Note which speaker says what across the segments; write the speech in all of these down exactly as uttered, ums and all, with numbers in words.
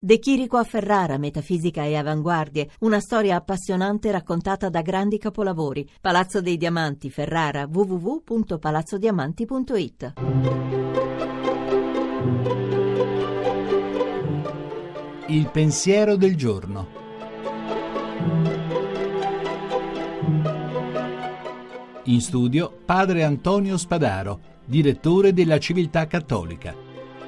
Speaker 1: De Chirico a Ferrara, metafisica e avanguardie, una storia appassionante raccontata da grandi capolavori. Palazzo dei Diamanti, Ferrara, w w w punto palazzo diamanti punto i t.
Speaker 2: Il pensiero del giorno. In studio padre Antonio Spadaro, direttore della Civiltà Cattolica.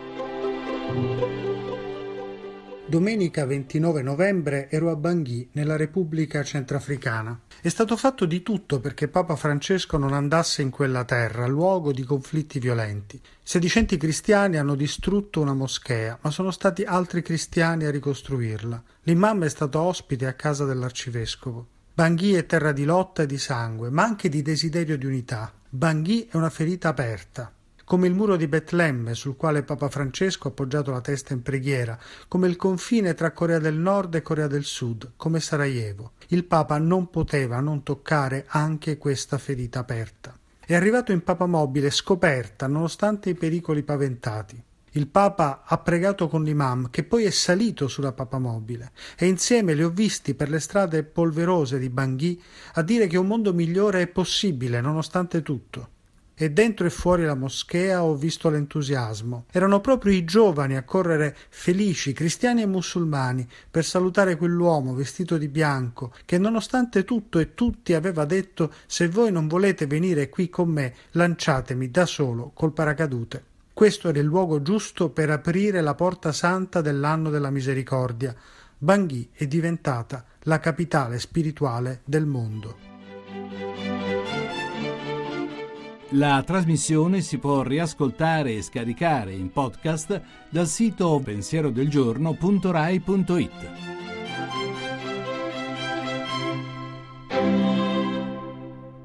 Speaker 3: Domenica ventinove novembre ero a Bangui, nella Repubblica Centrafricana. È stato fatto di tutto perché Papa Francesco non andasse in quella terra, luogo di conflitti violenti. Sedicenti cristiani hanno distrutto una moschea, ma sono stati altri cristiani a ricostruirla. L'imam è stato ospite a casa dell'arcivescovo. Bangui è terra di lotta e di sangue, ma anche di desiderio di unità. Bangui è una ferita aperta. Come il muro di Betlemme, sul quale Papa Francesco ha appoggiato la testa in preghiera, come il confine tra Corea del Nord e Corea del Sud, come Sarajevo. Il Papa non poteva non toccare anche questa ferita aperta. È arrivato in papamobile scoperta, nonostante i pericoli paventati. Il Papa ha pregato con l'imam, che poi è salito sulla papamobile, e insieme li ho visti per le strade polverose di Bangui a dire che un mondo migliore è possibile, nonostante tutto. E dentro e fuori la moschea ho visto l'entusiasmo. Erano proprio i giovani a correre felici, cristiani e musulmani, per salutare quell'uomo vestito di bianco che nonostante tutto e tutti aveva detto: se voi non volete venire qui con me, lanciatemi da solo col paracadute. Questo era il luogo giusto per aprire la porta santa dell'anno della misericordia. Bangui è diventata la capitale spirituale del mondo.
Speaker 2: La trasmissione si può riascoltare e scaricare in podcast dal sito pensierodelgiorno punto rai punto it.